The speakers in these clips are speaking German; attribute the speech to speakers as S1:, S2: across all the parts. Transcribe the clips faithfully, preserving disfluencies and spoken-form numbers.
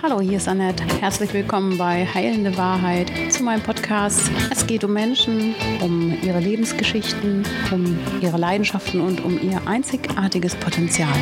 S1: Hallo, hier ist Annette. Herzlich willkommen bei Heilende Wahrheit zu meinem Podcast. Es geht um Menschen, um ihre Lebensgeschichten, um ihre Leidenschaften und um ihr einzigartiges Potenzial.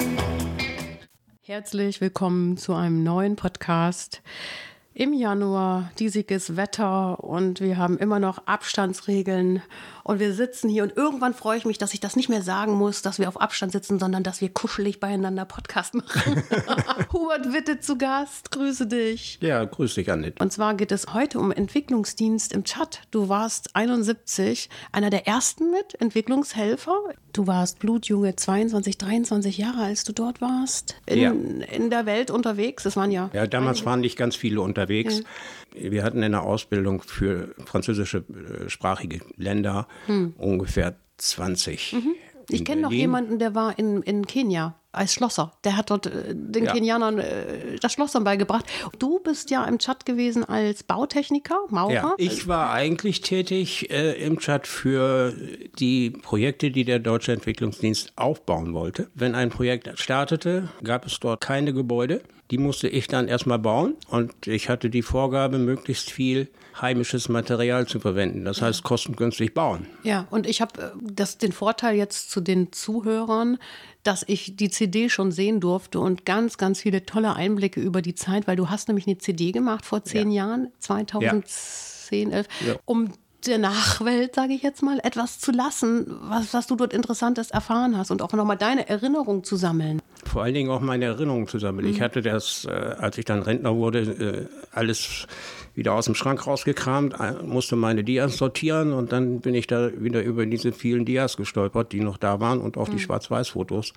S1: Herzlich willkommen zu einem neuen Podcast. Im Januar, diesiges Wetter und wir haben immer noch Abstandsregeln und wir sitzen hier und irgendwann freue ich mich, dass ich das nicht mehr sagen muss, dass wir auf Abstand sitzen, sondern dass wir kuschelig beieinander Podcast machen. Hubert Witte zu Gast, grüße dich.
S2: Ja, grüße dich, Annette.
S1: Und zwar geht es heute um Entwicklungsdienst im Tschad. Du warst einundsiebzig, einer der ersten mit Entwicklungshelfer. Du warst blutjunge, zweiundzwanzig, dreiundzwanzig Jahre, als du dort warst, in,
S2: ja.
S1: in der Welt unterwegs. Es waren ja
S2: Ja, damals
S1: einige.
S2: waren nicht ganz viele unterwegs. Ja. Wir hatten in der Ausbildung für französische äh, sprachige Länder hm. ungefähr zwanzig.
S1: Mhm. Ich kenne noch jemanden, der war in, in Kenia als Schlosser. Der hat dort äh, den ja. Kenianern äh, das Schlossern beigebracht. Du bist ja im Tschad gewesen als Bautechniker, Maurer.
S2: Ja, ich war eigentlich tätig äh, im Tschad für die Projekte, die der Deutsche Entwicklungsdienst aufbauen wollte. Wenn ein Projekt startete, gab es dort keine Gebäude. Die musste ich dann erstmal bauen und ich hatte die Vorgabe, möglichst viel heimisches Material zu verwenden. Das heißt, kostengünstig bauen.
S1: Ja, und ich habe das den Vorteil jetzt zu den Zuhörern, dass ich die C D schon sehen durfte und ganz, ganz viele tolle Einblicke über die Zeit, weil du hast nämlich eine C D gemacht vor zehn ja. Jahren, zweitausendzehn, elf, ja. um der Nachwelt, sage ich jetzt mal, etwas zu lassen, was, was du dort Interessantes erfahren hast und auch nochmal deine Erinnerung zu sammeln.
S2: Vor allen Dingen auch meine Erinnerungen zu sammeln. Mhm. Ich hatte das, äh, als ich dann Rentner wurde, äh, alles wieder aus dem Schrank rausgekramt, äh, musste meine Dias sortieren und dann bin ich da wieder über diese vielen Dias gestolpert, die noch da waren und auch mhm. die Schwarz-Weiß-Fotos.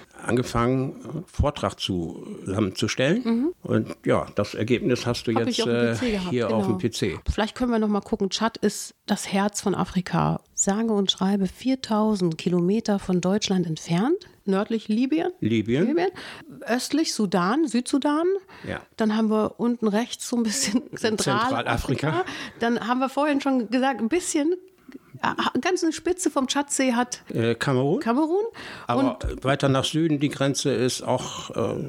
S2: Angefangen, Vortrag zu, zusammenzustellen. Mhm. Und ja, das Ergebnis hast du Hab jetzt äh, gehabt, hier genau. auf dem P C.
S1: Vielleicht können wir noch mal gucken. Tschad ist das Herz von Afrika. Sage und schreibe viertausend Kilometer von Deutschland entfernt. Nördlich Libyen.
S2: Libyen.
S1: Libyen. Östlich Sudan, Südsudan.
S2: Ja.
S1: Dann haben wir unten rechts so ein bisschen Zentralafrika.
S2: Zentralafrika.
S1: Dann haben wir vorhin schon gesagt, ein bisschen ganz eine Spitze vom Tschadsee hat
S2: äh, Kamerun.
S1: Kamerun.
S2: Aber und weiter nach Süden, die Grenze ist auch äh,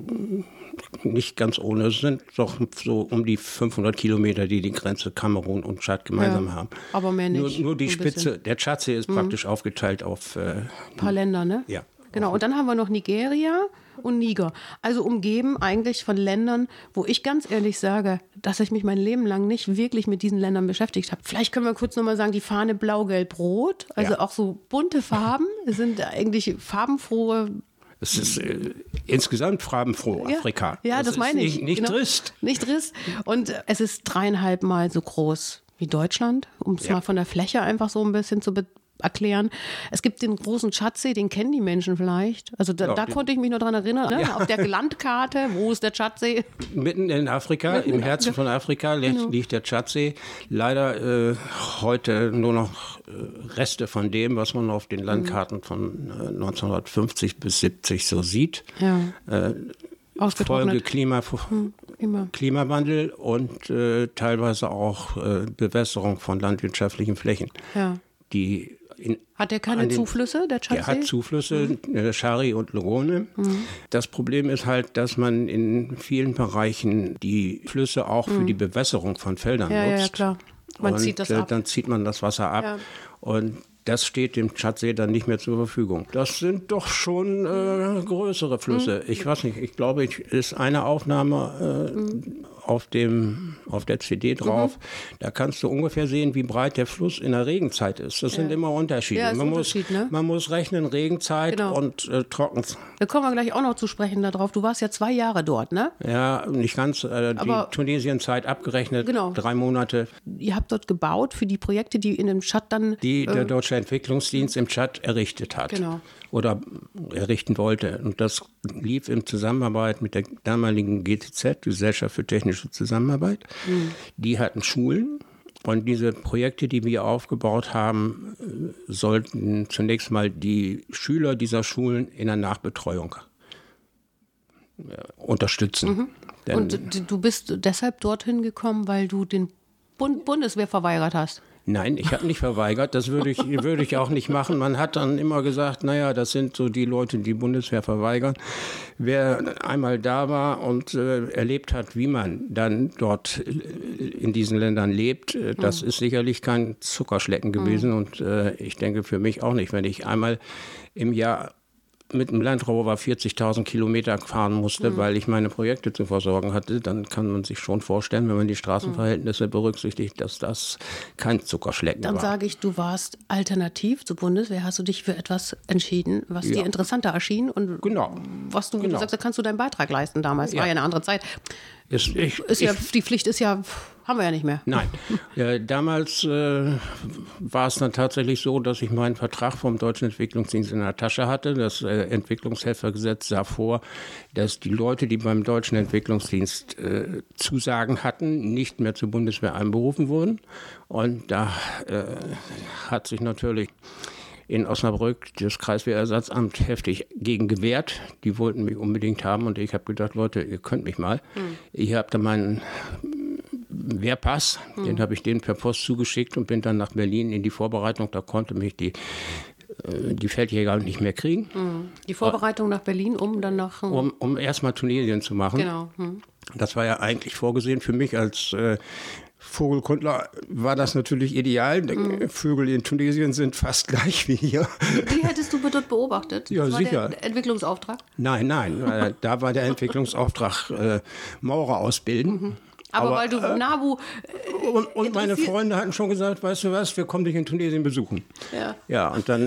S2: nicht ganz ohne. Es sind doch so um die fünfhundert Kilometer, die die Grenze Kamerun und Tschad gemeinsam ja, haben.
S1: Aber mehr nicht.
S2: Nur, nur die Spitze, bisschen. Der Tschadsee ist mhm. praktisch aufgeteilt auf äh,
S1: ein paar Länder, ne?
S2: Ja.
S1: Genau, und dann haben wir noch Nigeria und Niger. Also umgeben eigentlich von Ländern, wo ich ganz ehrlich sage, dass ich mich mein Leben lang nicht wirklich mit diesen Ländern beschäftigt habe. Vielleicht können wir kurz nochmal sagen, die Fahne blau, gelb, rot, also ja. auch so bunte Farben. Es sind eigentlich farbenfrohe.
S2: Es ist äh, insgesamt farbenfroh,
S1: ja.
S2: Afrika.
S1: Ja, das, das meine ich.
S2: Nicht, nicht
S1: genau.
S2: trist.
S1: Nicht trist. Und es ist dreieinhalb Mal so groß wie Deutschland, um es ja. mal von der Fläche einfach so ein bisschen zu be- erklären. Es gibt den großen Tschadsee, den kennen die Menschen vielleicht. Also da, ja, da konnte ich mich noch dran erinnern. Ne? Ja. Auf der Landkarte, wo ist der Tschadsee?
S2: Mitten in Afrika, Mitten im Herzen von Afrika liegt, genau. liegt der Tschadsee. Leider äh, heute nur noch äh, Reste von dem, was man auf den Landkarten von äh, neunzehnhundertfünfzig bis siebzig so sieht.
S1: Ja.
S2: Äh, Folge Klima,
S1: hm,
S2: Klimawandel und äh, teilweise auch äh, Bewässerung von landwirtschaftlichen Flächen.
S1: Ja.
S2: Die In,
S1: hat der keine den, Zuflüsse, der Tschadsee?
S2: Der hat Zuflüsse, mhm. äh, Schari und Logone. Mhm. Das Problem ist halt, dass man in vielen Bereichen die Flüsse auch mhm. für die Bewässerung von Feldern
S1: ja,
S2: nutzt.
S1: Ja, klar. Man
S2: und,
S1: zieht das
S2: äh,
S1: ab.
S2: Dann zieht man das Wasser ab. Ja. Und das steht dem Tschadsee dann nicht mehr zur Verfügung. Das sind doch schon äh, größere Flüsse. Mhm. Ich weiß nicht, ich glaube, es ist eine Aufnahme äh, mhm. auf, dem, auf der C D drauf. Mhm. Da kannst du ungefähr sehen, wie breit der Fluss in der Regenzeit ist. Das ja. sind immer Unterschiede.
S1: Ja,
S2: man,
S1: Unterschied,
S2: muss,
S1: ne?
S2: man muss rechnen, Regenzeit genau. und äh, Trockenzeit.
S1: Da kommen wir gleich auch noch zu sprechen darauf. Du warst ja zwei Jahre dort, ne?
S2: Ja, nicht ganz. Äh, die Tunesienzeit abgerechnet, genau. drei Monate.
S1: Ihr habt dort gebaut für die Projekte, die in dem Tschad dann...
S2: Die der
S1: äh,
S2: Deutsche Entwicklungsdienst im Tschad errichtet hat
S1: genau.
S2: oder errichten wollte. Und das lief in Zusammenarbeit mit der damaligen G T Z, Gesellschaft für technische Zusammenarbeit. Mhm. Die hatten Schulen. Und diese Projekte, die wir aufgebaut haben, sollten zunächst mal die Schüler dieser Schulen in der Nachbetreuung unterstützen.
S1: Mhm.
S2: Denn
S1: und du bist deshalb dorthin gekommen, weil du den Bund- Bundeswehr verweigert hast?
S2: Nein, ich habe nicht verweigert. Das würde ich, würde ich auch nicht machen. Man hat dann immer gesagt, naja, das sind so die Leute, die Bundeswehr verweigern. Wer einmal da war und äh, erlebt hat, wie man dann dort in diesen Ländern lebt, äh, das mhm. ist sicherlich kein Zuckerschlecken gewesen. Mhm. Und äh, ich denke für mich auch nicht, wenn ich einmal im Jahr mit einem Land Rover vierzigtausend Kilometer fahren musste, mhm. weil ich meine Projekte zu versorgen hatte, dann kann man sich schon vorstellen, wenn man die Straßenverhältnisse mhm. berücksichtigt, dass das kein Zuckerschlecken
S1: dann
S2: war.
S1: Dann sage ich, du warst alternativ zur Bundeswehr, hast du dich für etwas entschieden, was ja. dir interessanter erschien und genau. was du, genau. du sagst, da kannst du deinen Beitrag leisten damals, ja. war ja eine andere Zeit.
S2: Ist, ich,
S1: ist ja,
S2: ich,
S1: die Pflicht ist ja, haben wir ja nicht mehr.
S2: Nein, ja, damals äh, war es dann tatsächlich so, dass ich meinen Vertrag vom Deutschen Entwicklungsdienst in der Tasche hatte. Das äh, Entwicklungshelfergesetz sah vor, dass die Leute, die beim Deutschen Entwicklungsdienst äh, Zusagen hatten, nicht mehr zur Bundeswehr einberufen wurden. Und da äh, hat sich natürlich in Osnabrück das Kreiswehrersatzamt heftig gegen gewehrt. Die wollten mich unbedingt haben und ich habe gedacht, Leute, ihr könnt mich mal. Mhm. Ich habe da meinen Wehrpass, mhm. den habe ich denen per Post zugeschickt und bin dann nach Berlin in die Vorbereitung. Da konnte mich die, die Feldjäger nicht mehr kriegen.
S1: Mhm. Die Vorbereitung nach Berlin, um dann nach...
S2: Um, um erstmal Tunesien zu machen.
S1: Genau. Mhm.
S2: Das war ja eigentlich vorgesehen für mich als... Äh, Vogelkundler war das natürlich ideal. Mhm. Vögel in Tunesien sind fast gleich wie hier.
S1: Wie hättest du dort beobachtet?
S2: Ja,
S1: das war
S2: sicher.
S1: Der Entwicklungsauftrag?
S2: Nein, nein. Da war der Entwicklungsauftrag äh, Maurer ausbilden. Mhm.
S1: Aber, Aber weil du äh, Nabu
S2: äh, Und, und meine Freunde hatten schon gesagt, weißt du was, wir kommen dich in Tunesien besuchen.
S1: Ja.
S2: Ja, und dann...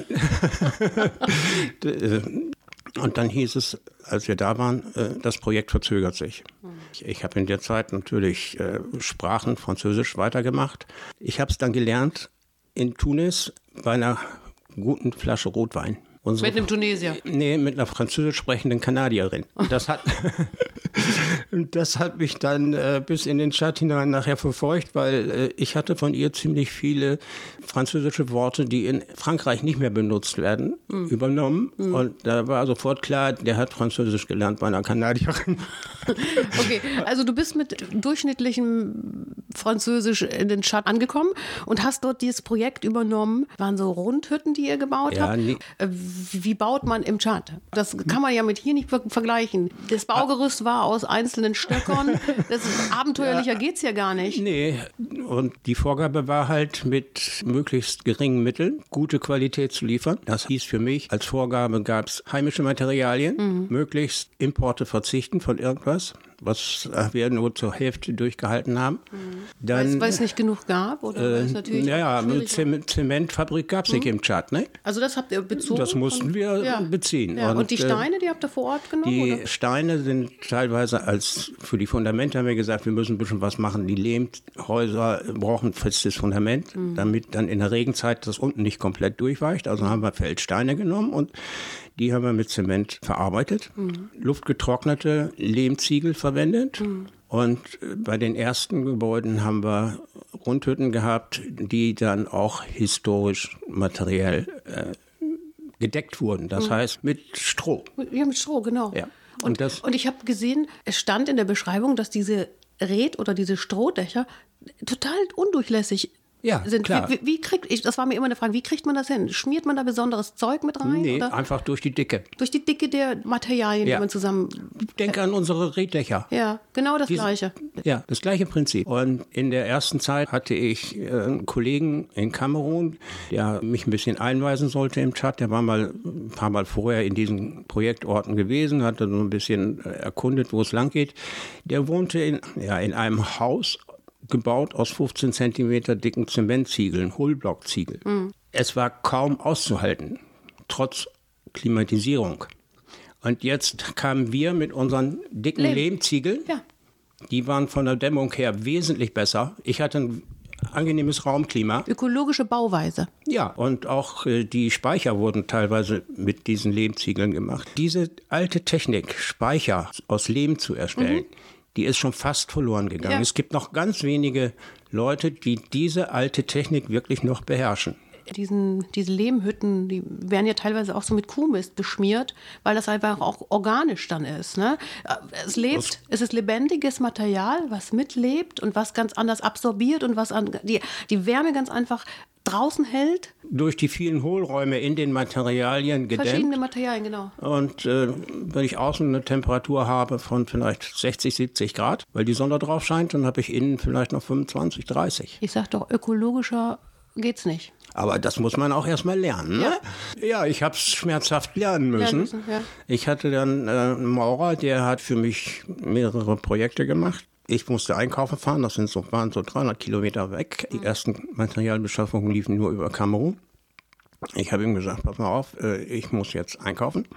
S2: Und dann hieß es, als wir da waren, das Projekt verzögert sich. Ich habe in der Zeit natürlich Sprachen, Französisch weitergemacht. Ich habe es dann gelernt in Tunis bei einer guten Flasche Rotwein.
S1: Unsere, mit einem Tunesier?
S2: Nee, mit einer französisch sprechenden Kanadierin. Das hat, das hat mich dann äh, bis in den Chat hinein nachher verfolgt, weil äh, ich hatte von ihr ziemlich viele französische Worte, die in Frankreich nicht mehr benutzt werden, mm. übernommen. Mm. Und da war sofort klar, der hat Französisch gelernt bei einer Kanadierin.
S1: Okay, also du bist mit durchschnittlichem Französisch in den Chat angekommen und hast dort dieses Projekt übernommen. Waren so Rundhütten, die ihr gebaut
S2: ja,
S1: habt?
S2: Nee.
S1: Wie baut man im Tschad? Das kann man ja mit hier nicht vergleichen. Das Baugerüst war aus einzelnen Stöckern. Das abenteuerlicher ja, geht's ja gar nicht.
S2: Nee, und die Vorgabe war halt, mit möglichst geringen Mitteln gute Qualität zu liefern. Das hieß für mich, als Vorgabe gab es heimische Materialien, mhm. möglichst Importe verzichten von irgendwas, was wir nur zur Hälfte durchgehalten haben. Mhm. Dann,
S1: weil es nicht genug gab? Oder
S2: äh, natürlich ja, eine Zementfabrik gab es mhm. nicht im Tschad. Ne?
S1: Also das habt ihr bezogen?
S2: Das mussten wir
S1: ja.
S2: beziehen.
S1: Ja. Und, und die Steine, die habt ihr vor Ort genommen?
S2: Die
S1: oder?
S2: Steine sind teilweise als, für die Fundamente haben wir gesagt, wir müssen ein bisschen was machen. Die Lehmhäuser brauchen festes Fundament, mhm. damit dann in der Regenzeit das unten nicht komplett durchweicht. Also haben wir Feldsteine genommen und die haben wir mit Zement verarbeitet, mhm. luftgetrocknete Lehmziegel verwendet. Mhm. Und bei den ersten Gebäuden haben wir Rundhütten gehabt, die dann auch historisch materiell äh, gedeckt wurden. Das mhm. heißt mit Stroh.
S1: Ja, mit Stroh, genau.
S2: Ja.
S1: Und, und, das, und ich habe gesehen, es stand in der Beschreibung, dass diese Red- oder diese Strohdächer total undurchlässig
S2: ja,
S1: sind.
S2: klar.
S1: Wie, wie kriegt, ich, das war mir immer eine Frage, wie kriegt man das hin? Schmiert man da besonderes Zeug mit rein?
S2: Nee,
S1: oder?
S2: einfach durch die Dicke.
S1: Durch die Dicke der Materialien, ja. die man zusammen...
S2: Denke an unsere Reddächer.
S1: Ja, genau das
S2: Diese,
S1: Gleiche.
S2: Ja, das gleiche Prinzip. Und in der ersten Zeit hatte ich einen Kollegen in Kamerun, der mich ein bisschen einweisen sollte im Tschad. Der war mal ein paar Mal vorher in diesen Projektorten gewesen, hat dann so ein bisschen erkundet, wo es lang geht. Der wohnte in, ja, in einem Haus, gebaut aus fünfzehn Zentimeter dicken Zementziegeln, Hohlblockziegel. Mhm. Es war kaum auszuhalten, trotz Klimatisierung. Und jetzt kamen wir mit unseren dicken Lehm. Lehmziegeln. Ja. Die waren von der Dämmung her wesentlich besser. Ich hatte ein angenehmes Raumklima.
S1: Ökologische Bauweise.
S2: Ja, und auch äh, die Speicher wurden teilweise mit diesen Lehmziegeln gemacht. Diese alte Technik, Speicher aus Lehm zu erstellen, mhm. die ist schon fast verloren gegangen. Ja. Es gibt noch ganz wenige Leute, die diese alte Technik wirklich noch beherrschen.
S1: diesen, diese Lehmhütten, die werden ja teilweise auch so mit Kuhmist beschmiert, weil das einfach auch organisch dann ist. Ne? Es lebt, es ist lebendiges Material, was mitlebt und was ganz anders absorbiert und was an, die, die Wärme ganz einfach draußen hält.
S2: Durch die vielen Hohlräume in den Materialien gedämmt.
S1: Verschiedene Materialien, genau.
S2: Und äh, wenn ich außen eine Temperatur habe von vielleicht sechzig, siebzig Grad, weil die Sonne drauf scheint, dann habe ich innen vielleicht noch fünfundzwanzig, dreißig.
S1: Ich sag doch, ökologischer geht's nicht.
S2: Aber das muss man auch erstmal lernen. Ne? Ja. ja, ich habe es schmerzhaft lernen müssen. Lernen müssen ja. Ich hatte dann äh, einen Maurer, der hat für mich mehrere Projekte gemacht. Ich musste einkaufen fahren, das sind so, waren so dreihundert Kilometer weg. Die ersten Materialbeschaffungen liefen nur über Kamerun. Ich habe ihm gesagt, pass mal auf, ich muss jetzt einkaufen.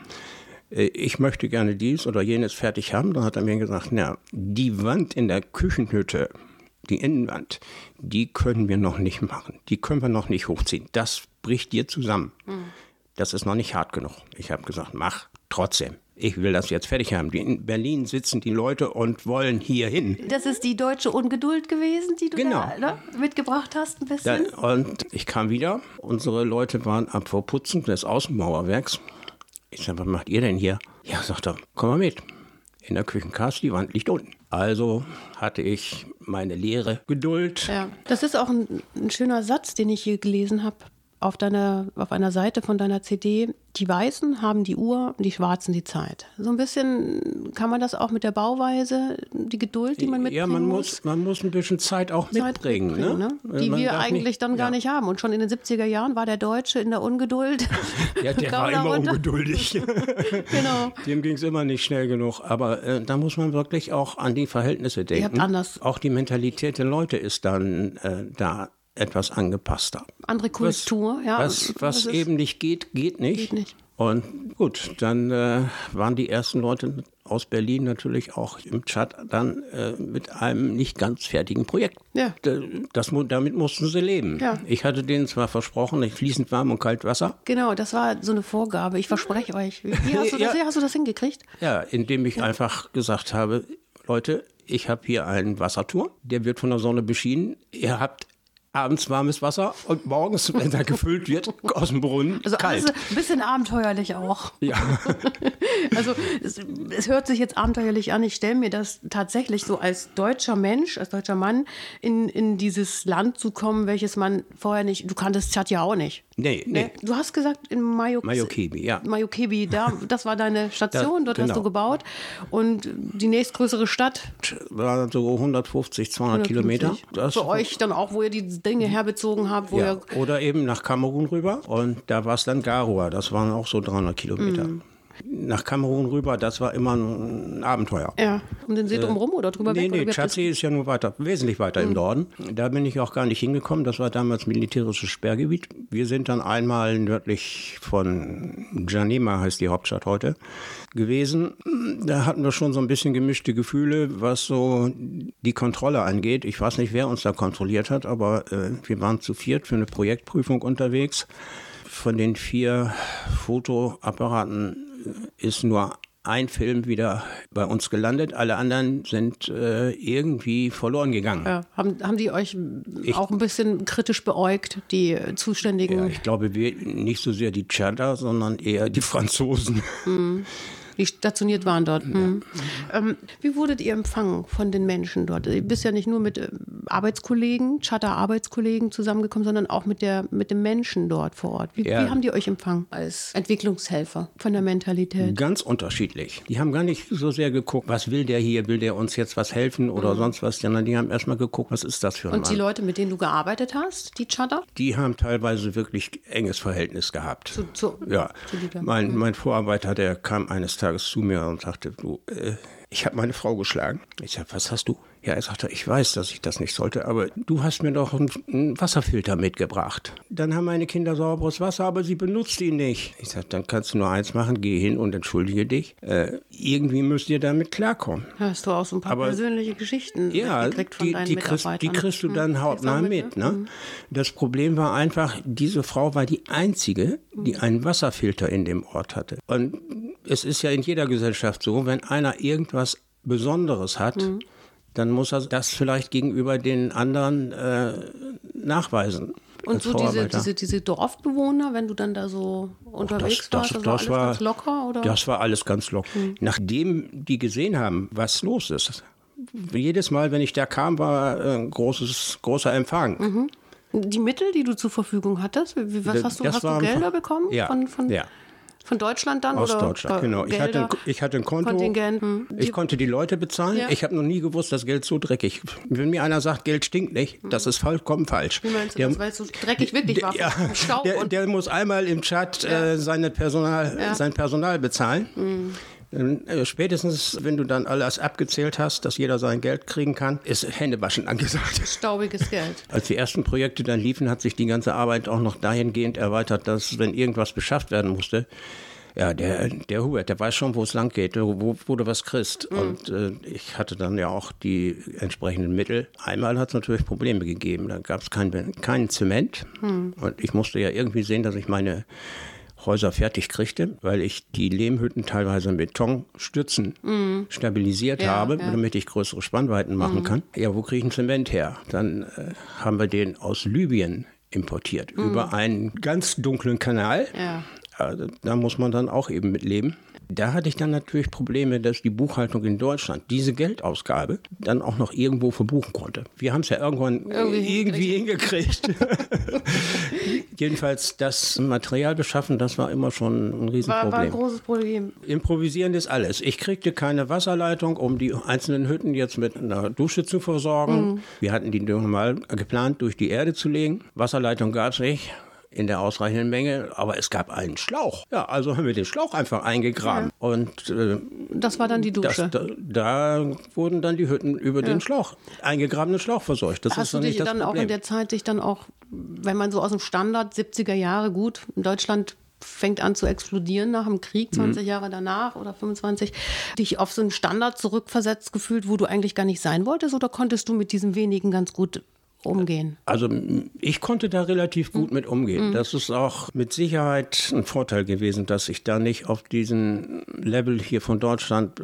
S2: Ich möchte gerne dies oder jenes fertig haben. Dann hat er mir gesagt, na, die Wand in der Küchenhütte, die Innenwand, die können wir noch nicht machen. Die können wir noch nicht hochziehen. Das bricht dir zusammen. Mhm. Das ist noch nicht hart genug. Ich habe gesagt, mach trotzdem. Ich will das jetzt fertig haben. In Berlin sitzen die Leute und wollen hier hin.
S1: Das ist die deutsche Ungeduld gewesen, die du
S2: genau.
S1: da, ne, mitgebracht hast ein bisschen?
S2: Da, und ich kam wieder. Unsere Leute waren am Verputzen des Außenmauerwerks. Ich sage, was macht ihr denn hier? Ja, sagt er, komm mal mit. In der Küchenkasse, die Wand liegt unten. Also hatte ich meine leere Geduld.
S1: Ja, das ist auch ein, ein schöner Satz, den ich hier gelesen habe. Auf deiner, auf einer Seite von deiner C D, die Weißen haben die Uhr, die Schwarzen die Zeit. So ein bisschen kann man das auch mit der Bauweise, die Geduld, die man mitbringen
S2: ja, man muss.
S1: muss.
S2: Man muss ein bisschen Zeit auch Zeit mitbringen. mitbringen ne?
S1: Ne? Die man wir eigentlich nicht, dann gar ja. nicht haben. Und schon in den siebziger Jahren war der Deutsche in der Ungeduld.
S2: Ja, der war immer runter. ungeduldig.
S1: Genau.
S2: Dem ging es immer nicht schnell genug. Aber äh, da muss man wirklich auch an die Verhältnisse denken.
S1: Ihr habt anders.
S2: Auch die Mentalität der Leute ist dann äh, da etwas angepasster.
S1: Andere Kultur,
S2: was,
S1: ja.
S2: Was, was eben nicht geht, geht nicht.
S1: Geht nicht.
S2: Und gut, dann äh, waren die ersten Leute aus Berlin natürlich auch im Tschad dann äh, mit einem nicht ganz fertigen Projekt.
S1: Ja.
S2: Das, damit mussten sie leben.
S1: Ja.
S2: Ich hatte denen zwar versprochen, fließend warm und kalt Wasser.
S1: Genau, das war so eine Vorgabe. Ich verspreche euch. Wie hast du das, ja. hast du das hingekriegt?
S2: Ja, indem ich ja. einfach gesagt habe, Leute, ich habe hier einen Wasserturm, der wird von der Sonne beschienen. Ihr habt abends warmes Wasser und morgens, wenn er gefüllt wird, aus dem Brunnen
S1: also
S2: kalt.
S1: Also ein bisschen abenteuerlich auch.
S2: Ja.
S1: Also es, es hört sich jetzt abenteuerlich an. Ich stelle mir das tatsächlich so als deutscher Mensch, als deutscher Mann in, in dieses Land zu kommen, welches man vorher nicht, du kanntest Tschad ja auch nicht.
S2: Nee, nee.
S1: Ne? Du hast gesagt in Mayo-
S2: Mayokebi, ja.
S1: Mayokebi, da, das war deine Station, dort
S2: genau.
S1: hast du gebaut. Und die nächstgrößere Stadt?
S2: War so hundertfünfzig, zweihundert Kilometer.
S1: Das für euch dann auch, wo ihr die Dinge herbezogen habt. Wo
S2: ja.
S1: ihr
S2: Oder eben nach Kamerun rüber und da war es dann Garoua, das waren auch so dreihundert Kilometer.
S1: Mm.
S2: Nach Kamerun rüber, das war immer ein Abenteuer.
S1: Ja, um den See äh, drumherum oder drüber
S2: nee,
S1: weg?
S2: Nee, nee, Tschadsee ist ja nur weiter, wesentlich weiter mm. im Norden. Da bin ich auch gar nicht hingekommen, das war damals militärisches Sperrgebiet. Wir sind dann einmal nördlich von N'Djamena, heißt die Hauptstadt heute, gewesen. Da hatten wir schon so ein bisschen gemischte Gefühle, was so die Kontrolle angeht. Ich weiß nicht, wer uns da kontrolliert hat, aber äh, wir waren zu viert für eine Projektprüfung unterwegs. Von den vier Fotoapparaten ist nur ein Film wieder bei uns gelandet. Alle anderen sind äh, irgendwie verloren gegangen.
S1: Ja, haben, haben die euch
S2: ich,
S1: auch ein bisschen kritisch beäugt, die Zuständigen?
S2: Ja, ich glaube, wir, nicht so sehr die Tschader, sondern eher die Franzosen.
S1: Mhm. Die stationiert waren dort. Ja. Hm. Ähm, wie wurdet ihr empfangen von den Menschen dort? Du bist ja nicht nur mit äh, Arbeitskollegen, Tschader-Arbeitskollegen zusammengekommen, sondern auch mit, der, mit dem Menschen dort vor Ort. Wie, ja. wie haben die euch empfangen als Entwicklungshelfer von der Mentalität?
S2: Ganz unterschiedlich. Die haben gar nicht so sehr geguckt, was will der hier, will der uns jetzt was helfen oder mhm. sonst was, sondern die haben erstmal geguckt, was ist das für ein
S1: Und
S2: Mann.
S1: die Leute, mit denen du gearbeitet hast, die Tschader?
S2: Die haben teilweise wirklich enges Verhältnis gehabt.
S1: Zu, zu,
S2: ja.
S1: zu
S2: mein, mein Vorarbeiter, der kam eines Tages zu mir und sagte, du, äh, ich habe meine Frau geschlagen. Ich sag, was hast du? Ja, er sagte, ich weiß, dass ich das nicht sollte, aber du hast mir doch einen, einen Wasserfilter mitgebracht. Dann haben meine Kinder sauberes Wasser, aber sie benutzt ihn nicht. Ich sag, dann kannst du nur eins machen, geh hin und entschuldige dich. Äh, irgendwie müsst ihr damit klarkommen.
S1: Hast du auch so ein paar aber, persönliche Geschichten
S2: ja,
S1: gekriegt von
S2: die,
S1: deinen
S2: die kriegst, die kriegst du dann hm. hautnah mit. Ne? Hm. Das Problem war einfach, diese Frau war die Einzige, die einen Wasserfilter in dem Ort hatte. Und es ist ja in jeder Gesellschaft so, wenn einer irgendwas Besonderes hat, hm. dann muss er das vielleicht gegenüber den anderen äh, nachweisen.
S1: Und
S2: als
S1: so diese,
S2: Vorarbeiter.
S1: diese, diese Dorfbewohner, wenn du dann da so unterwegs
S2: das,
S1: warst, das,
S2: das,
S1: war
S2: das
S1: alles
S2: war,
S1: ganz locker? Oder?
S2: Das war alles ganz locker. Mhm. Nachdem die gesehen haben, was los ist, jedes Mal, wenn ich da kam, war ein großes, großer Empfang.
S1: Mhm. Die Mittel, die du zur Verfügung hattest, wie, was hast du,
S2: Das
S1: hast du
S2: war-
S1: Gelder bekommen?
S2: Ja,
S1: Von, von,
S2: ja.
S1: von Deutschland dann?
S2: Aus
S1: oder
S2: Deutschland, genau. Ich hatte,
S1: Gelder,
S2: ein, ich hatte ein Konto,
S1: Kontingent. Hm.
S2: ich konnte die Leute bezahlen.
S1: Ja.
S2: Ich habe noch nie gewusst, dass Geld so dreckig. Wenn mir einer sagt, Geld stinkt nicht, das ist vollkommen falsch.
S1: Wie meinst du
S2: Der-
S1: das, weil es so dreckig wirklich war?
S2: Ja,
S1: vom Staub
S2: der,
S1: und
S2: der muss einmal im Chat äh, seine Personal,
S1: Ja.
S2: sein Personal bezahlen. Mhm. Äh, spätestens, wenn du dann alles abgezählt hast, dass jeder sein Geld kriegen kann, ist Händewaschen angesagt.
S1: staubiges Geld.
S2: Als die ersten Projekte dann liefen, hat sich die ganze Arbeit auch noch dahingehend erweitert, dass, wenn irgendwas beschafft werden musste, ja, der, der Hubert, der weiß schon, wo es lang geht, wo, wo du was kriegst. Mhm. Und äh, ich hatte dann ja auch die entsprechenden Mittel. Einmal hat es natürlich Probleme gegeben. Da gab es keinen kein Zement. Mhm. Und ich musste ja irgendwie sehen, dass ich meine Häuser fertig kriegte, weil ich die Lehmhütten teilweise mit Betonstützen mm. stabilisiert
S1: ja,
S2: habe,
S1: ja.
S2: damit ich größere Spannweiten machen mm. kann. Ja, wo kriege ich einen Zement her? Dann äh, haben wir den aus Libyen importiert, mm. über einen ganz dunklen Kanal.
S1: Ja.
S2: Also, da muss man dann auch eben mit leben. Da hatte ich dann natürlich Probleme, dass die Buchhaltung in Deutschland diese Geldausgabe dann auch noch irgendwo verbuchen konnte. Wir haben es ja irgendwann irgendwie, irgendwie hingekriegt. Jedenfalls das Material beschaffen, das war immer schon ein Riesenproblem.
S1: War, war ein großes Problem.
S2: Improvisieren ist alles. Ich kriegte keine Wasserleitung, um die einzelnen Hütten jetzt mit einer Dusche zu versorgen. Mhm. Wir hatten die normal geplant, durch die Erde zu legen. Wasserleitung gab es nicht in der ausreichenden Menge, aber es gab einen Schlauch. Ja, also haben wir den Schlauch einfach eingegraben. Ja. Und äh,
S1: das war dann die Dusche?
S2: Das, da, da wurden dann die Hütten über ja. den Schlauch, eingegrabenen Schlauch verseucht. Das
S1: Hast
S2: ist
S1: du
S2: dann
S1: dich
S2: nicht das
S1: dann
S2: Problem.
S1: auch in der Zeit dich dann auch, wenn man so aus dem Standard siebziger Jahre, gut, in Deutschland fängt an zu explodieren nach dem Krieg, zwanzig mhm. Jahre danach oder fünfundzwanzig, dich auf so einen Standard zurückversetzt gefühlt, wo du eigentlich gar nicht sein wolltest, oder konntest du mit diesem wenigen ganz gut umgehen?
S2: Also ich konnte da relativ gut mhm. mit umgehen. Das ist auch mit Sicherheit ein Vorteil gewesen, dass ich da nicht auf diesen Level hier von Deutschland äh,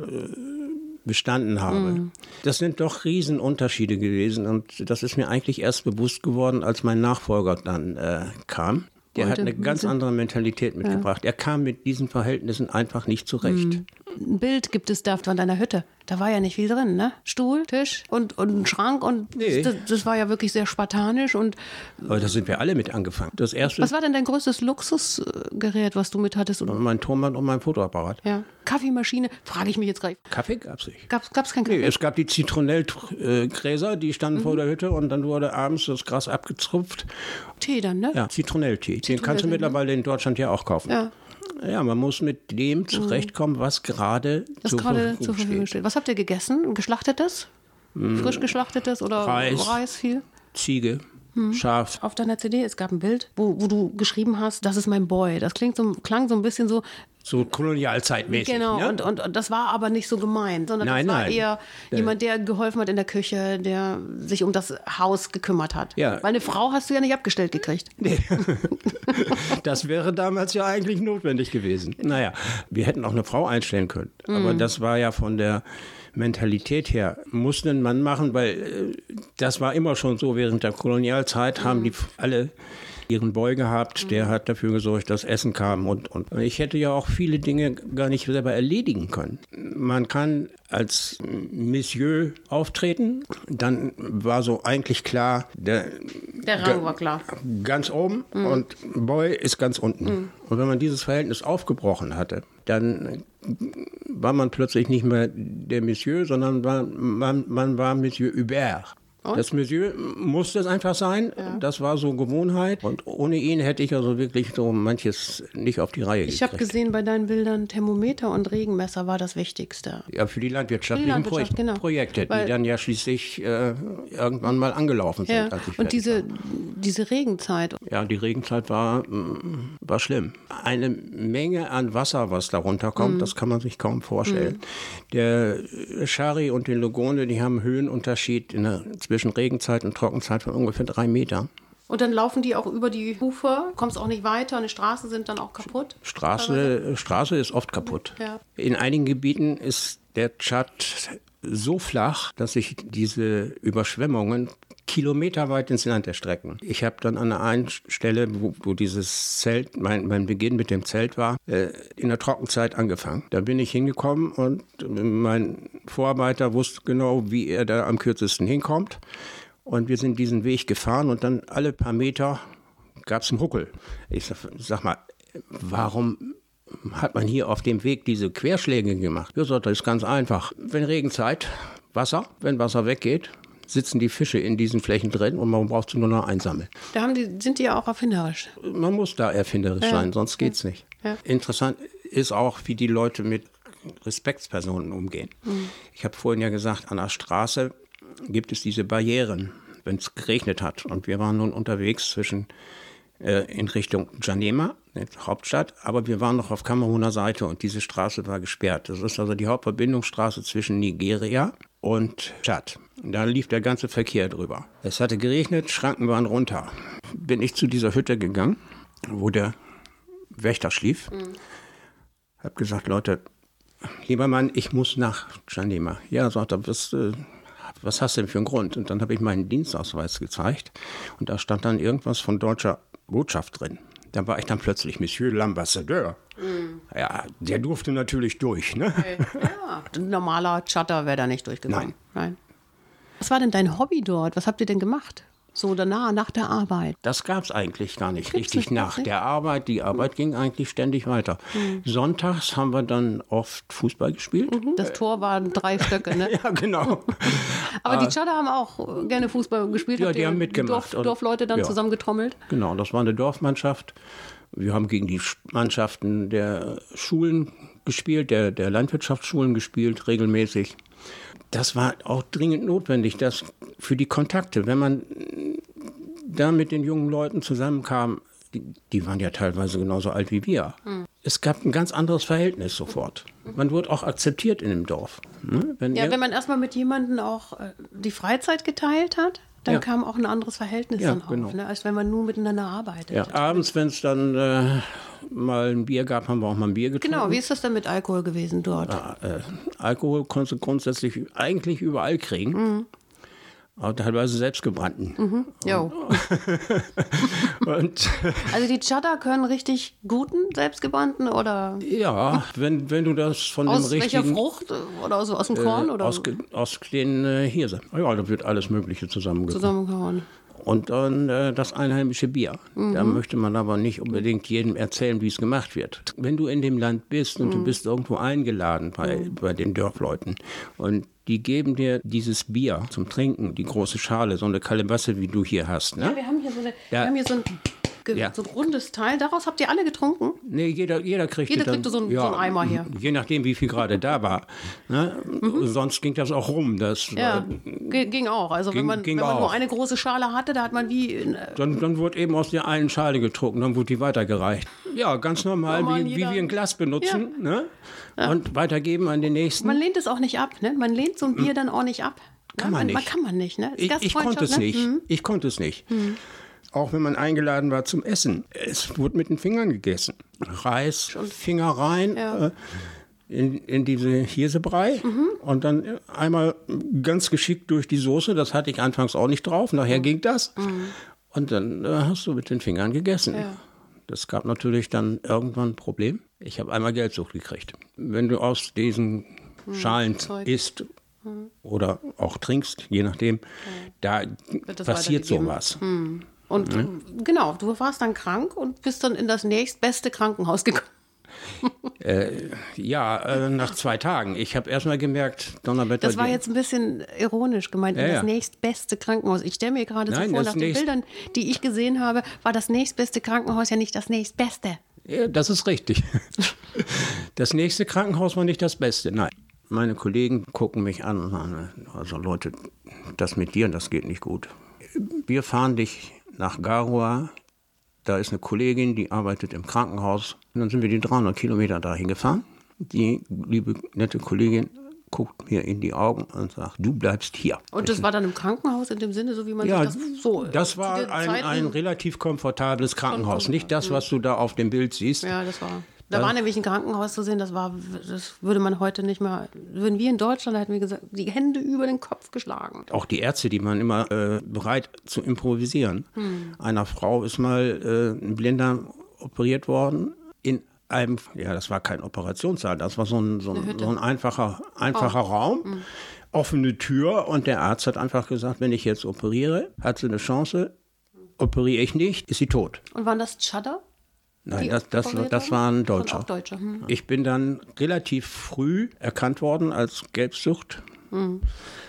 S2: bestanden habe. Mhm. Das sind doch Riesenunterschiede gewesen, und das ist mir eigentlich erst bewusst geworden, als mein Nachfolger dann äh, kam. Der hat eine ganz andere Mentalität mitgebracht. Ja. Er kam mit diesen Verhältnissen einfach nicht zurecht.
S1: Mhm. Ein Bild gibt es da von deiner Hütte. Da war ja nicht viel drin, ne? Stuhl, Tisch und, und ein Schrank. Und
S2: nee.
S1: das, das war ja wirklich sehr spartanisch. Und
S2: aber da sind wir alle mit angefangen. Das erste,
S1: was war denn dein größtes Luxusgerät, was du mit hattest?
S2: Mein Tonband und mein Fotoapparat.
S1: Ja. Kaffeemaschine, frage ich mich jetzt gerade.
S2: Kaffee gab es nicht.
S1: Gab es keinen Kaffee?
S2: Nee, es gab die Zitronellgräser, die standen mhm. vor der Hütte, und dann wurde abends das Gras abgezupft.
S1: Tee dann, ne?
S2: Ja, Zitronelltee. Den kannst du mittlerweile in Deutschland ja auch kaufen.
S1: Ja.
S2: Ja, man muss mit dem zurechtkommen, was gerade zur,
S1: zur Verfügung steht. Was habt ihr gegessen? Geschlachtetes? Mm. Frisch geschlachtetes oder
S2: Reis,
S1: Reis viel?
S2: Ziege, hm. Schaf.
S1: Auf deiner C D, es gab ein Bild, wo, wo du geschrieben hast, das ist mein Boy. Das klingt so, klang so ein bisschen so...
S2: So kolonialzeitmäßig.
S1: Genau,
S2: ne?
S1: und, und, und das war aber nicht so gemeint, sondern
S2: nein,
S1: das war
S2: nein.
S1: eher jemand, der geholfen hat in der Küche, der sich um das Haus gekümmert hat.
S2: Ja.
S1: Weil eine Frau hast du ja nicht abgestellt gekriegt.
S2: Nee. Das wäre damals ja eigentlich notwendig gewesen. Naja, wir hätten auch eine Frau einstellen können. Mhm. Aber das war ja von der Mentalität her, musste ein Mann machen, weil äh, das war immer schon so, während der Kolonialzeit haben die alle ihren Boy gehabt, der hat dafür gesorgt, dass Essen kam, und, und ich hätte ja auch viele Dinge gar nicht selber erledigen können. Man kann als Monsieur auftreten, dann war so eigentlich klar, der,
S1: der Rang war klar.
S2: Ganz oben mhm. und Boy ist ganz unten. Mhm. Und wenn man dieses Verhältnis aufgebrochen hatte, dann war man plötzlich nicht mehr der Monsieur, sondern war, man, man war Monsieur Hubert. Und? Das Monsieur musste es einfach sein, ja. Das war so Gewohnheit, und ohne ihn hätte ich also wirklich so manches nicht auf die Reihe gekriegt.
S1: Ich habe gesehen, bei deinen Bildern Thermometer und Regenmesser war das Wichtigste.
S2: Ja, für die landwirtschaftlichen
S1: die Landwirtschaft,
S2: Pro-
S1: genau.
S2: Projekte,
S1: Weil,
S2: die dann ja schließlich äh, irgendwann mal angelaufen sind.
S1: Ja.
S2: Als ich
S1: und diese,
S2: war.
S1: diese Regenzeit.
S2: Ja, die Regenzeit war, war schlimm. Eine Menge an Wasser, was da runterkommt, mhm. das kann man sich kaum vorstellen. Mhm. Der Schari und den Logone, die haben einen Höhenunterschied in der, zwischen Regenzeit und Trockenzeit von ungefähr drei Meter.
S1: Und dann laufen die auch über die Ufer, kommst auch nicht weiter, und die Straßen sind dann auch kaputt?
S2: Straße, Straße ist oft kaputt.
S1: Ja.
S2: In einigen Gebieten ist der Tschad so flach, dass sich diese Überschwemmungen kilometerweit ins Land erstrecken. Ich habe dann an der einen Stelle, wo, wo dieses Zelt, mein, mein Beginn mit dem Zelt war, äh, in der Trockenzeit angefangen. Da bin ich hingekommen und mein Vorarbeiter wusste genau, wie er da am kürzesten hinkommt. Und wir sind diesen Weg gefahren und dann alle paar Meter gab es einen Huckel. Ich sag, sag mal, warum hat man hier auf dem Weg diese Querschläge gemacht? Ja, so, das ist ganz einfach. Wenn Regenzeit, Wasser, wenn Wasser weggeht, sitzen die Fische in diesen Flächen drin und man braucht sie nur noch einsammeln.
S1: Da haben die, sind die ja auch erfinderisch.
S2: Man muss da erfinderisch ja. sein, sonst geht's ja. nicht. Ja. Interessant ist auch, wie die Leute mit Respektspersonen umgehen. Mhm. Ich habe vorhin ja gesagt, an der Straße gibt es diese Barrieren, wenn es geregnet hat. Und wir waren nun unterwegs zwischen äh, in Richtung N'Djamena, der Hauptstadt, aber wir waren noch auf Kameruner Seite und diese Straße war gesperrt. Das ist also die Hauptverbindungsstraße zwischen Nigeria und Tschad. Da lief der ganze Verkehr drüber. Es hatte geregnet, Schranken waren runter. Bin ich zu dieser Hütte gegangen, wo der Wächter schlief. Mhm. Hab gesagt, Leute, lieber Mann, ich muss nach N'Djamena. Ja, sagt er, was, äh, was hast du denn für einen Grund? Und dann habe ich meinen Dienstausweis gezeigt und da stand dann irgendwas von deutscher Botschaft drin. Da war ich dann plötzlich Monsieur l'Ambassadeur. Mm. Ja, der durfte natürlich durch, ne?
S1: Okay. Ja, ein normaler Chatter wäre da nicht durchgegangen. Nein. Nein. Was war denn dein Hobby dort? Was habt ihr denn gemacht? So danach, nach der Arbeit?
S2: Das gab es eigentlich gar nicht Gibt's richtig nicht, nach nicht? der Arbeit. Die Arbeit mhm. ging eigentlich ständig weiter. Mhm. Sonntags haben wir dann oft Fußball gespielt.
S1: Mhm. Das Tor waren drei Stöcke, ne?
S2: Ja, genau.
S1: Aber die Chatter haben auch gerne Fußball gespielt.
S2: Ja, die haben mitgemacht.
S1: Dorf, Dorfleute dann ja. zusammengetrommelt?
S2: Genau, das war eine Dorfmannschaft. Wir haben gegen die Mannschaften der Schulen gespielt, der, der Landwirtschaftsschulen gespielt, regelmäßig. Das war auch dringend notwendig, das für die Kontakte. Wenn man da mit den jungen Leuten zusammenkam, die, die waren ja teilweise genauso alt wie wir. Mhm. Es gab ein ganz anderes Verhältnis sofort. Man wurde auch akzeptiert in dem Dorf. Ne? Wenn
S1: ja, wenn man erstmal mit jemandem auch äh, die Freizeit geteilt hat, dann ja. kam auch ein anderes Verhältnis ja, dann auf, genau. ne, als wenn man nur miteinander arbeitet.
S2: Ja, abends, wenn es dann äh, mal ein Bier gab, haben wir auch mal ein Bier getrunken.
S1: Genau, wie ist das denn mit Alkohol gewesen dort?
S2: Ja, äh, Alkohol konntest du grundsätzlich eigentlich überall kriegen. Mhm. Aber teilweise selbstgebrannten. Mhm. Jo. Und,
S1: also die Chatter können richtig guten selbstgebrannten oder?
S2: Ja, wenn, wenn du das von
S1: aus
S2: dem richtigen...
S1: Aus welcher Frucht? Oder aus, aus dem Korn?
S2: Äh,
S1: oder?
S2: Aus, aus den äh, Hirse. Ja, da wird alles Mögliche zusammengehauen.
S1: Zusammengehauen.
S2: Und dann äh, das einheimische Bier. Mhm. Da möchte man aber nicht unbedingt jedem erzählen, wie es gemacht wird. Wenn du in dem Land bist und mhm. du bist irgendwo eingeladen bei, mhm. bei den Dorfleuten und die geben dir dieses Bier zum Trinken, die große Schale, so eine Kalebasse, wie du hier hast. Ne?
S1: Ja, wir haben hier so, eine, ja. wir haben hier so, ein, ja. so ein rundes Teil. Daraus habt ihr alle getrunken?
S2: Nee, jeder, jeder kriegte
S1: jeder
S2: dann,
S1: kriegte so, ein,
S2: ja,
S1: so einen Eimer hier.
S2: Je nachdem, wie viel gerade da war. Ne? Mhm. Sonst ging das auch rum. Das
S1: ja, war, ging auch. Also ging, wenn man, wenn man nur eine große Schale hatte, da hat man wie... In,
S2: dann, dann wurde eben aus der einen Schale getrunken, dann wurde die weitergereicht. Ja, ganz normal, normal wie, wie wir ein Glas benutzen. Ja. Ne? Ja. Und weitergeben an den nächsten.
S1: Man lehnt es auch nicht ab. Ne? Man lehnt so ein Bier dann auch nicht ab.
S2: Kann man, man nicht.
S1: Man kann man nicht. Ne?
S2: Ich, ich konnte es nicht. Mhm. Ich konnte es nicht. Mhm. Auch wenn man eingeladen war zum Essen. Es wurde mit den Fingern gegessen. Reis, Schon. Finger rein, ja. äh, in, in diese Hirsebrei mhm. und dann einmal ganz geschickt durch die Soße. Das hatte ich anfangs auch nicht drauf. Nachher mhm. ging das. Mhm. Und dann äh, hast du mit den Fingern gegessen. Ja. Das gab natürlich dann irgendwann ein Problem. Ich habe einmal Geldsucht gekriegt. Wenn du aus diesen mhm. Schalen Zeug. isst mhm. oder auch trinkst, je nachdem, mhm. da passiert sowas.
S1: Mhm. Und mhm. genau, du warst dann krank und bist dann in das nächstbeste Krankenhaus gekommen.
S2: äh, ja, äh, nach zwei Tagen. Ich habe erst mal gemerkt, Donnerwetter.
S1: Das war jetzt ein bisschen ironisch gemeint, ja, das ja. nächstbeste Krankenhaus. Ich stelle mir gerade so vor, nach den Bildern, die ich gesehen habe, war das nächstbeste Krankenhaus ja nicht das nächstbeste.
S2: Ja, das ist richtig. Das nächste Krankenhaus war nicht das Beste, nein. Meine Kollegen gucken mich an und sagen, also Leute, das mit dir, das geht nicht gut. Wir fahren dich nach Garoua. Da ist eine Kollegin, die arbeitet im Krankenhaus. Und dann sind wir die dreihundert Kilometer dahin gefahren. Die liebe, nette Kollegin guckt mir in die Augen und sagt, du bleibst hier.
S1: Und das war dann im Krankenhaus in dem Sinne, so wie man
S2: ja,
S1: sich das so...
S2: das war ein, ein relativ komfortables Krankenhaus. Nicht das, was du da auf dem Bild siehst.
S1: Ja, das war... Da war nämlich ein Krankenhaus zu sehen, das war, das würde man heute nicht mehr, würden wir in Deutschland, da hätten wir gesagt, die Hände über den Kopf geschlagen.
S2: Auch die Ärzte, die waren immer äh, bereit zu improvisieren. Hm. Einer Frau ist mal äh, ein Blinddarm operiert worden in einem, ja, das war kein Operationssaal, das war so ein, so ein, so ein einfacher, einfacher oh. Raum. Hm. Offene Tür und der Arzt hat einfach gesagt, wenn ich jetzt operiere, hat sie eine Chance, operiere ich nicht, ist sie tot.
S1: Und waren das Tschadder?
S2: Nein, das, das, das war ein Deutscher.
S1: Auch Deutscher. Hm.
S2: Ich bin dann relativ früh erkannt worden als Gelbsucht hm.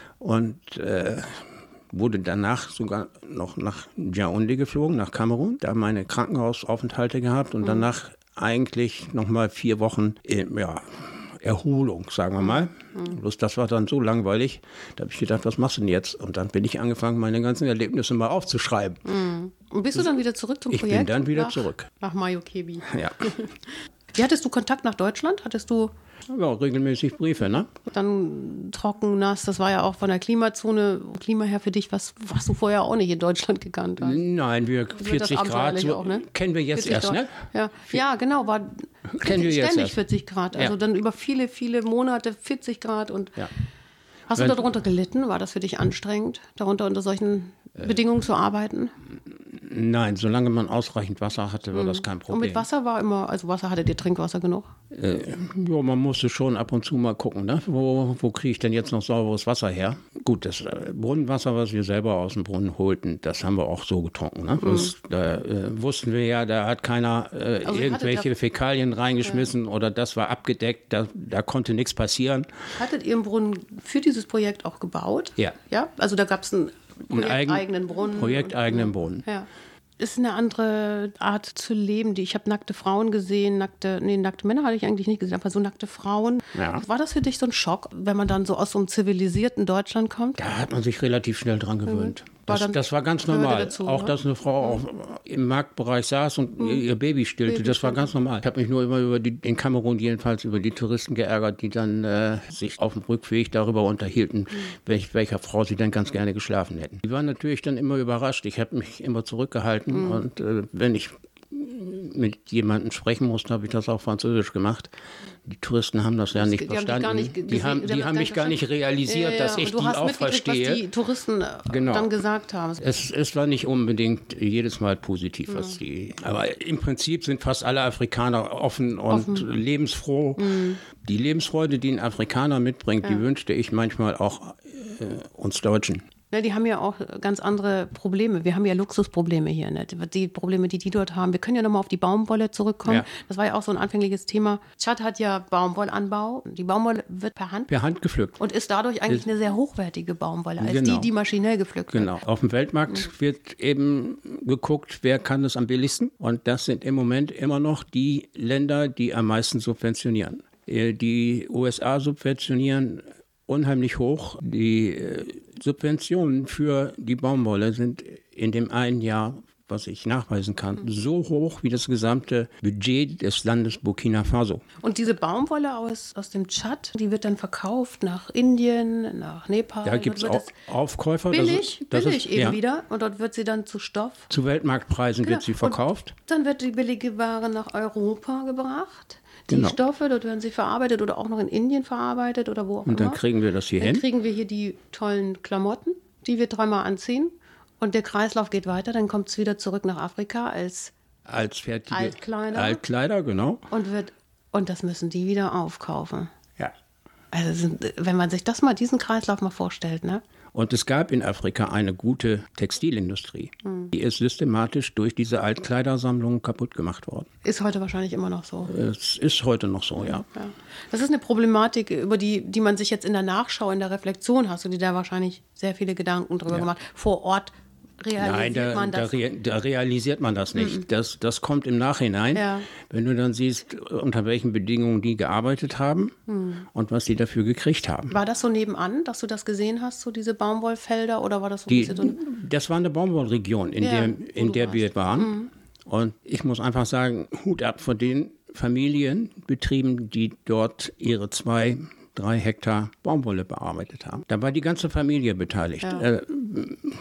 S2: und äh, wurde danach sogar noch nach Yaoundé geflogen, nach Kamerun, da meine Krankenhausaufenthalte gehabt und hm. danach eigentlich noch mal vier Wochen in, ja, Erholung, sagen wir mal. Mhm. Bloß das war dann so langweilig, da habe ich gedacht, was machst du denn jetzt? Und dann bin ich angefangen, meine ganzen Erlebnisse mal aufzuschreiben.
S1: Mhm. Und bist das, du dann wieder zurück zum
S2: ich
S1: Projekt?
S2: Ich bin dann wieder
S1: nach,
S2: zurück.
S1: Nach Mayokebi.
S2: Ja.
S1: Wie hattest du Kontakt nach Deutschland? Hattest du...
S2: Ja, regelmäßig Briefe, ne?
S1: Dann trocken, nass, das war ja auch von der Klimazone, Klima her für dich, was, was du vorher auch nicht in Deutschland gekannt hast.
S2: Nein, wir vierzig Grad, so, auch, ne? Kennen wir jetzt erst,
S1: Grad.
S2: ne?
S1: Ja, ja genau, war
S2: kennen wir
S1: ständig
S2: jetzt
S1: vierzig Grad, also
S2: ja.
S1: dann über viele, viele Monate vierzig Grad. Und
S2: ja.
S1: Hast du darunter gelitten? War das für dich anstrengend, darunter unter solchen äh, Bedingungen zu arbeiten?
S2: Nein, solange man ausreichend Wasser hatte, war mhm. das kein Problem.
S1: Und mit Wasser war immer, also Wasser, hattet ihr Trinkwasser genug?
S2: Äh, ja, man musste schon ab und zu mal gucken, ne? wo, wo kriege ich denn jetzt noch sauberes Wasser her? Gut, das äh, Brunnenwasser, was wir selber aus dem Brunnen holten, das haben wir auch so getrunken. Ne? Mhm. Das, da äh, wussten wir ja, da hat keiner äh, also irgendwelche Fäkalien reingeschmissen ja. oder das war abgedeckt, da, da konnte nichts passieren.
S1: Hattet ihr einen Brunnen für dieses Projekt auch gebaut?
S2: Ja.
S1: Ja, also da gab es einen projekteigenen Brunnen.
S2: Projekteigenen Brunnen.
S1: Ja. Ist eine andere Art zu leben. Die, ich habe nackte Frauen gesehen, nackte, nee, nackte Männer hatte ich eigentlich nicht gesehen, aber so nackte Frauen. Ja. War das für dich so ein Schock, wenn man dann so aus so einem zivilisierten Deutschland kommt?
S2: Da hat man sich relativ schnell dran gewöhnt.
S1: Mhm.
S2: Das,
S1: war
S2: das war ganz normal.
S1: Dazu,
S2: auch,
S1: ne?
S2: dass eine Frau mhm. im Marktbereich saß und mhm. ihr Baby stillte, Baby das war ganz normal. Ich habe mich nur immer über die, in Kamerun jedenfalls über die Touristen geärgert, die dann äh, sich auf dem Rückweg darüber unterhielten, mhm. welch, welcher Frau sie dann ganz gerne geschlafen hätten. Die waren natürlich dann immer überrascht. Ich habe mich immer zurückgehalten mhm. und äh, wenn ich mit jemandem sprechen musste, habe ich das auf Französisch gemacht. Die Touristen haben das ja nicht
S1: die
S2: verstanden.
S1: Haben nicht
S2: die haben, die haben mich gar nicht realisiert, ja, ja, dass ich die auch verstehe.
S1: Was die Touristen genau. dann gesagt haben.
S2: Es, es war nicht unbedingt jedes Mal positiv, was ja. die. Aber im Prinzip sind fast alle Afrikaner offen und offen. lebensfroh. Mhm. Die Lebensfreude, die ein Afrikaner mitbringt, ja. die wünschte ich manchmal auch äh, uns Deutschen.
S1: Ja, die haben ja auch ganz andere Probleme. Wir haben ja Luxusprobleme hier. Ne? Die Probleme, die die dort haben. Wir können ja nochmal auf die Baumwolle zurückkommen. Ja. Das war ja auch so ein anfängliches Thema. Tschad hat ja Baumwollanbau. Die Baumwolle wird per Hand,
S2: per Hand gepflückt.
S1: Und ist dadurch eigentlich ist eine sehr hochwertige Baumwolle, als
S2: genau.
S1: die, die maschinell gepflückt
S2: genau.
S1: wird.
S2: Genau. Auf dem Weltmarkt mhm. wird eben geguckt, wer kann das am billigsten. Und das sind im Moment immer noch die Länder, die am meisten subventionieren. Die U S A subventionieren unheimlich hoch. Die Subventionen für die Baumwolle sind in dem einen Jahr, was ich nachweisen kann, mhm. so hoch wie das gesamte Budget des Landes Burkina Faso.
S1: Und diese Baumwolle aus, aus dem Tschad, die wird dann verkauft nach Indien, nach Nepal.
S2: Da gibt es auch Aufkäufer.
S1: Billig,
S2: das ist, das
S1: billig
S2: ist,
S1: eben
S2: ja.
S1: wieder. Und dort wird sie dann zu Stoff.
S2: Zu Weltmarktpreisen genau. wird sie verkauft.
S1: Und dann wird die billige Ware nach Europa gebracht. Die
S2: genau.
S1: Stoffe, dort werden sie verarbeitet oder auch noch in Indien verarbeitet oder wo auch immer.
S2: Und dann kriegen wir das hier
S1: dann
S2: hin.
S1: Dann kriegen wir hier die tollen Klamotten, die wir dreimal anziehen. Und der Kreislauf geht weiter, dann kommt es wieder zurück nach Afrika als,
S2: als fertige
S1: Altkleider.
S2: Altkleider, genau.
S1: Und, wird, und das müssen die wieder aufkaufen.
S2: Ja.
S1: Also sind, wenn man sich das mal, diesen Kreislauf mal vorstellt, ne?
S2: Und es gab in Afrika eine gute Textilindustrie. Hm. Die ist systematisch durch diese Altkleidersammlungen kaputt gemacht worden.
S1: Ist heute wahrscheinlich immer noch so.
S2: Es ist heute noch so, ja.
S1: ja. Das ist eine Problematik, über die, die man sich jetzt in der Nachschau, in der Reflexion, hast du dir da wahrscheinlich sehr viele Gedanken drüber ja. gemacht. Vor Ort realisiert
S2: Nein, da,
S1: man das?
S2: Da, re, da realisiert man das nicht. Mhm. Das, das kommt im Nachhinein, ja. wenn du dann siehst, unter welchen Bedingungen die gearbeitet haben mhm. und was sie dafür gekriegt haben.
S1: War das so nebenan, dass du das gesehen hast, so diese Baumwollfelder? Oder war das so
S2: die,
S1: ein bisschen so
S2: das war eine Baumwollregion, in ja, der, in der wir waren. Mhm. Und ich muss einfach sagen, Hut ab vor den Familienbetrieben, die dort ihre zwei, drei Hektar Baumwolle bearbeitet haben. Da war die ganze Familie beteiligt. Ja. Äh,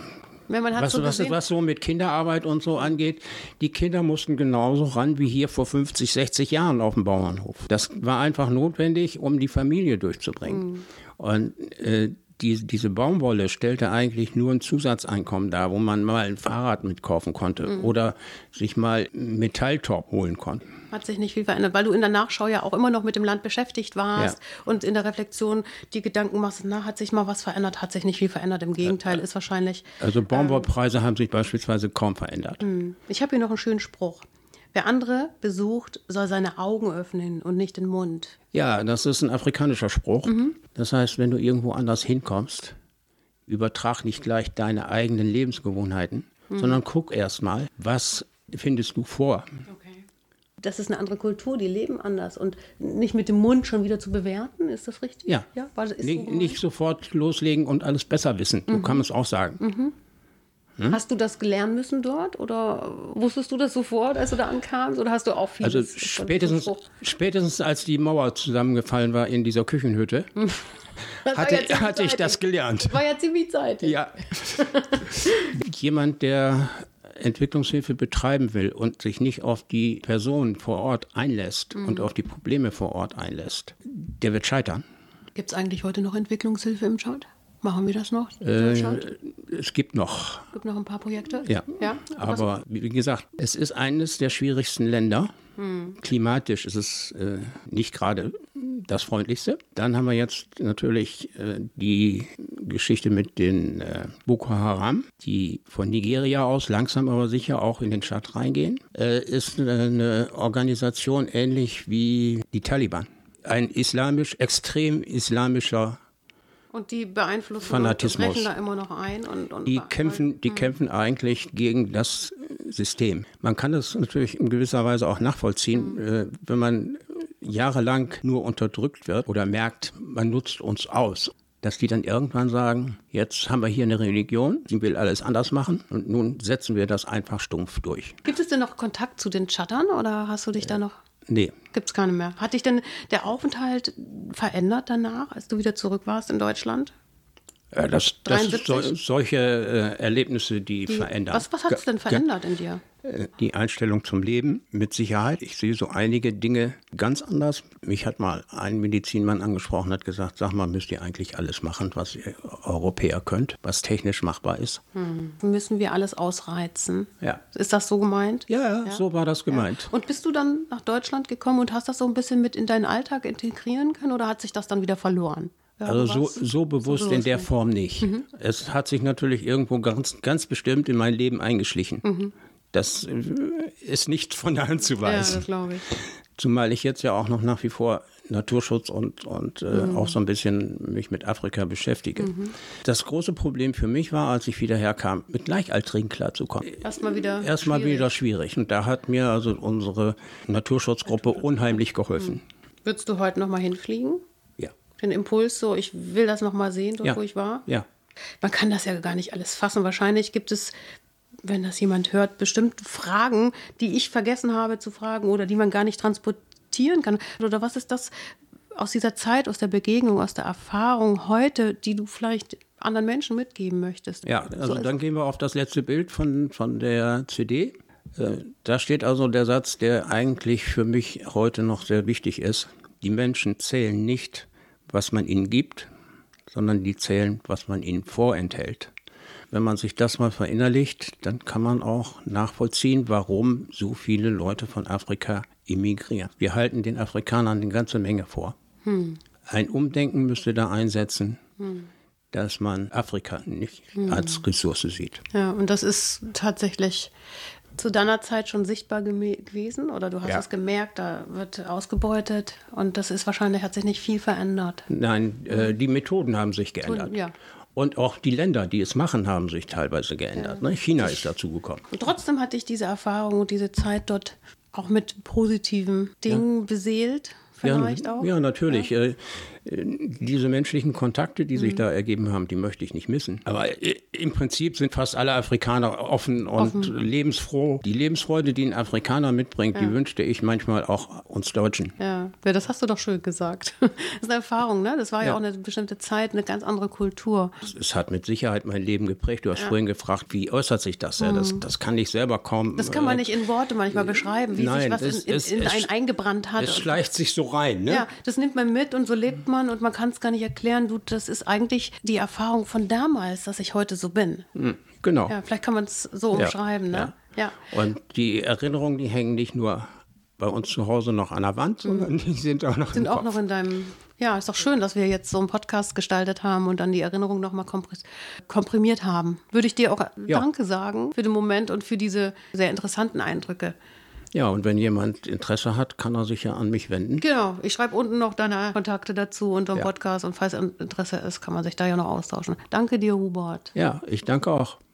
S1: Ja, man hat
S2: was,
S1: so
S2: was, was so mit Kinderarbeit und so angeht, die Kinder mussten genauso ran wie hier vor fünfzig, sechzig Jahren auf dem Bauernhof. Das war einfach notwendig, um die Familie durchzubringen. Mhm. Und äh, die, diese Baumwolle stellte eigentlich nur ein Zusatzeinkommen dar, wo man mal ein Fahrrad mitkaufen konnte mhm. oder sich mal einen Metalltorp holen konnte.
S1: Hat sich nicht viel verändert, weil du in der Nachschau ja auch immer noch mit dem Land beschäftigt warst ja. und in der Reflexion die Gedanken machst, na, hat sich mal was verändert, hat sich nicht viel verändert. Im Gegenteil, ist wahrscheinlich...
S2: Also Baumwollpreise ähm, haben sich beispielsweise kaum verändert.
S1: Ich habe hier noch einen schönen Spruch. Wer andere besucht, soll seine Augen öffnen und nicht den Mund.
S2: Ja, das ist ein afrikanischer Spruch. Mhm. Das heißt, wenn du irgendwo anders hinkommst, übertrag nicht gleich deine eigenen Lebensgewohnheiten, mhm. sondern guck erst mal, was findest du vor.
S1: Okay. Das ist eine andere Kultur, die leben anders. Und nicht mit dem Mund schon wieder zu bewerten, ist das richtig?
S2: Ja,
S1: ja war, ist
S2: nicht,
S1: so
S2: nicht sofort loslegen und alles besser wissen. So mhm. kann man es auch sagen.
S1: Mhm. Hm? Hast du das lernen müssen dort oder wusstest du das sofort, als du da ankamst, oder hast du auch vieles?
S2: Also spätestens, spätestens als die Mauer zusammengefallen war in dieser Küchenhütte, hatte, ja hatte ich das gelernt.
S1: War ja ziemlich zeitig.
S2: Ja. Jemand, der Entwicklungshilfe betreiben will und sich nicht auf die Personen vor Ort einlässt mhm. und auf die Probleme vor Ort einlässt, der wird scheitern.
S1: Gibt es eigentlich heute noch Entwicklungshilfe im Tschad? Machen wir das noch?
S2: Äh, es gibt noch.
S1: Es gibt noch ein paar Projekte?
S2: Ja, ja? aber wie gesagt, es ist eines der schwierigsten Länder. Hm. Klimatisch ist es äh, nicht gerade das Freundlichste. Dann haben wir jetzt natürlich äh, die Geschichte mit den äh, Boko Haram, die von Nigeria aus langsam aber sicher auch in den Tschad reingehen. Äh, ist eine Organisation ähnlich wie die Taliban. Ein islamisch, extrem islamischer
S1: Und die beeinflussen
S2: Fanatismus.
S1: Und brechen da immer noch ein. Und, und
S2: die kämpfen, die hm. kämpfen eigentlich gegen das System. Man kann das natürlich in gewisser Weise auch nachvollziehen, hm. äh, wenn man jahrelang nur unterdrückt wird oder merkt, man nutzt uns aus. Dass die dann irgendwann sagen, jetzt haben wir hier eine Religion, sie will alles anders machen und nun setzen wir das einfach stumpf durch.
S1: Gibt es denn noch Kontakt zu den Tschadern oder hast du dich ja. da noch...
S2: Nee.
S1: Gibt es keine mehr. Hat dich denn der Aufenthalt verändert danach, als du wieder zurück warst in Deutschland?
S2: Ja, das, das sind so, solche äh, Erlebnisse, die, die verändern.
S1: Was, was hat es denn verändert in dir?
S2: Die Einstellung zum Leben, mit Sicherheit. Ich sehe so einige Dinge ganz anders. Mich hat mal ein Medizinmann angesprochen, hat gesagt, sag mal, müsst ihr eigentlich alles machen, was ihr Europäer könnt, was technisch machbar ist.
S1: Hm. Müssen wir alles ausreizen?
S2: Ja.
S1: Ist das so gemeint?
S2: Ja, ja, so war das gemeint.
S1: Ja. Und bist du dann nach Deutschland gekommen und hast das so ein bisschen mit in deinen Alltag integrieren können oder hat sich das dann wieder verloren? Ja,
S2: also so, so bewusst so in der nicht. Form nicht. Mhm. Es hat sich natürlich irgendwo ganz, ganz bestimmt in mein Leben eingeschlichen. Mhm. Das ist nicht von der Hand zu weisen.
S1: Ja, das glaube ich.
S2: Zumal ich jetzt ja auch noch nach wie vor Naturschutz und, und äh, mhm. auch so ein bisschen mich mit Afrika beschäftige. Mhm. Das große Problem für mich war, als ich wieder herkam, mit Gleichaltrigen klarzukommen.
S1: Erstmal wieder
S2: Erstmal
S1: schwierig.
S2: wieder schwierig. Und da hat mir also unsere Naturschutzgruppe unheimlich geholfen.
S1: Mhm. Würdest du heute noch mal hinfliegen?
S2: Ja.
S1: Den Impuls so, ich will das noch mal sehen, dort
S2: ja.
S1: wo ich war?
S2: Ja.
S1: Man kann das ja gar nicht alles fassen. Wahrscheinlich gibt es, wenn das jemand hört, bestimmt Fragen, die ich vergessen habe zu fragen oder die man gar nicht transportieren kann. Oder was ist das aus dieser Zeit, aus der Begegnung, aus der Erfahrung heute, die du vielleicht anderen Menschen mitgeben möchtest?
S2: Ja, also so dann gehen wir auf das letzte Bild von, von der C D. Da steht also der Satz, der eigentlich für mich heute noch sehr wichtig ist. Die Menschen zählen nicht, was man ihnen gibt, sondern die zählen, was man ihnen vorenthält. Wenn man sich das mal verinnerlicht, dann kann man auch nachvollziehen, warum so viele Leute von Afrika emigrieren. Wir halten den Afrikanern eine ganze Menge vor. Hm. Ein Umdenken müsste da einsetzen, hm. dass man Afrika nicht hm. als Ressource sieht.
S1: Ja, und das ist tatsächlich zu deiner Zeit schon sichtbar gem- gewesen? Oder du hast
S2: ja.
S1: es gemerkt, da wird ausgebeutet und das ist wahrscheinlich, hat sich nicht viel verändert.
S2: Nein, äh, die Methoden haben sich geändert.
S1: Ja.
S2: Und auch die Länder, die es machen, haben sich teilweise geändert. Ja. Ne? China ist dazugekommen.
S1: Und trotzdem hatte ich diese Erfahrung und diese Zeit dort auch mit positiven Dingen ja. beseelt, vielleicht
S2: ja,
S1: auch.
S2: Ja, natürlich. Ja. diese menschlichen Kontakte, die sich mhm. da ergeben haben, die möchte ich nicht missen. Aber im Prinzip sind fast alle Afrikaner offen und offen. lebensfroh. Die Lebensfreude, die ein Afrikaner mitbringt, ja. die wünschte ich manchmal auch uns Deutschen.
S1: Ja, ja, das hast du doch schön gesagt. Das ist eine Erfahrung, ne? Das war ja, ja auch eine bestimmte Zeit, eine ganz andere Kultur.
S2: Es hat mit Sicherheit mein Leben geprägt. Du hast ja. vorhin gefragt, wie äußert sich das? Mhm. Ja, das? Das kann ich selber kaum...
S1: Das kann man nicht in Worte manchmal beschreiben, wie Nein, sich was es, in, in, es, in einen eingebrannt hat.
S2: Es schleicht sich so rein, ne?
S1: Ja, das nimmt man mit und so lebt man und man kann es gar nicht erklären. Du, das ist eigentlich die Erfahrung von damals, dass ich heute so bin.
S2: Mhm, genau.
S1: Ja, vielleicht kann man es so ja, umschreiben, ne?
S2: Ja. ja. Und die Erinnerungen, die hängen nicht nur bei uns zu Hause noch an der Wand, sondern mhm. die sind auch noch
S1: sind
S2: im
S1: auch
S2: Kopf.
S1: noch in deinem... Ja, ist doch schön, dass wir jetzt so einen Podcast gestaltet haben und dann die Erinnerung nochmal komprimiert haben. Würde ich dir auch ja. Danke sagen für den Moment und für diese sehr interessanten Eindrücke.
S2: Ja, und wenn jemand Interesse hat, kann er sich ja an mich wenden.
S1: Genau, ich schreibe unten noch deine Kontakte dazu unter dem ja. Podcast und falls Interesse ist, kann man sich da ja noch austauschen. Danke dir, Hubert.
S2: Ja, ich danke auch.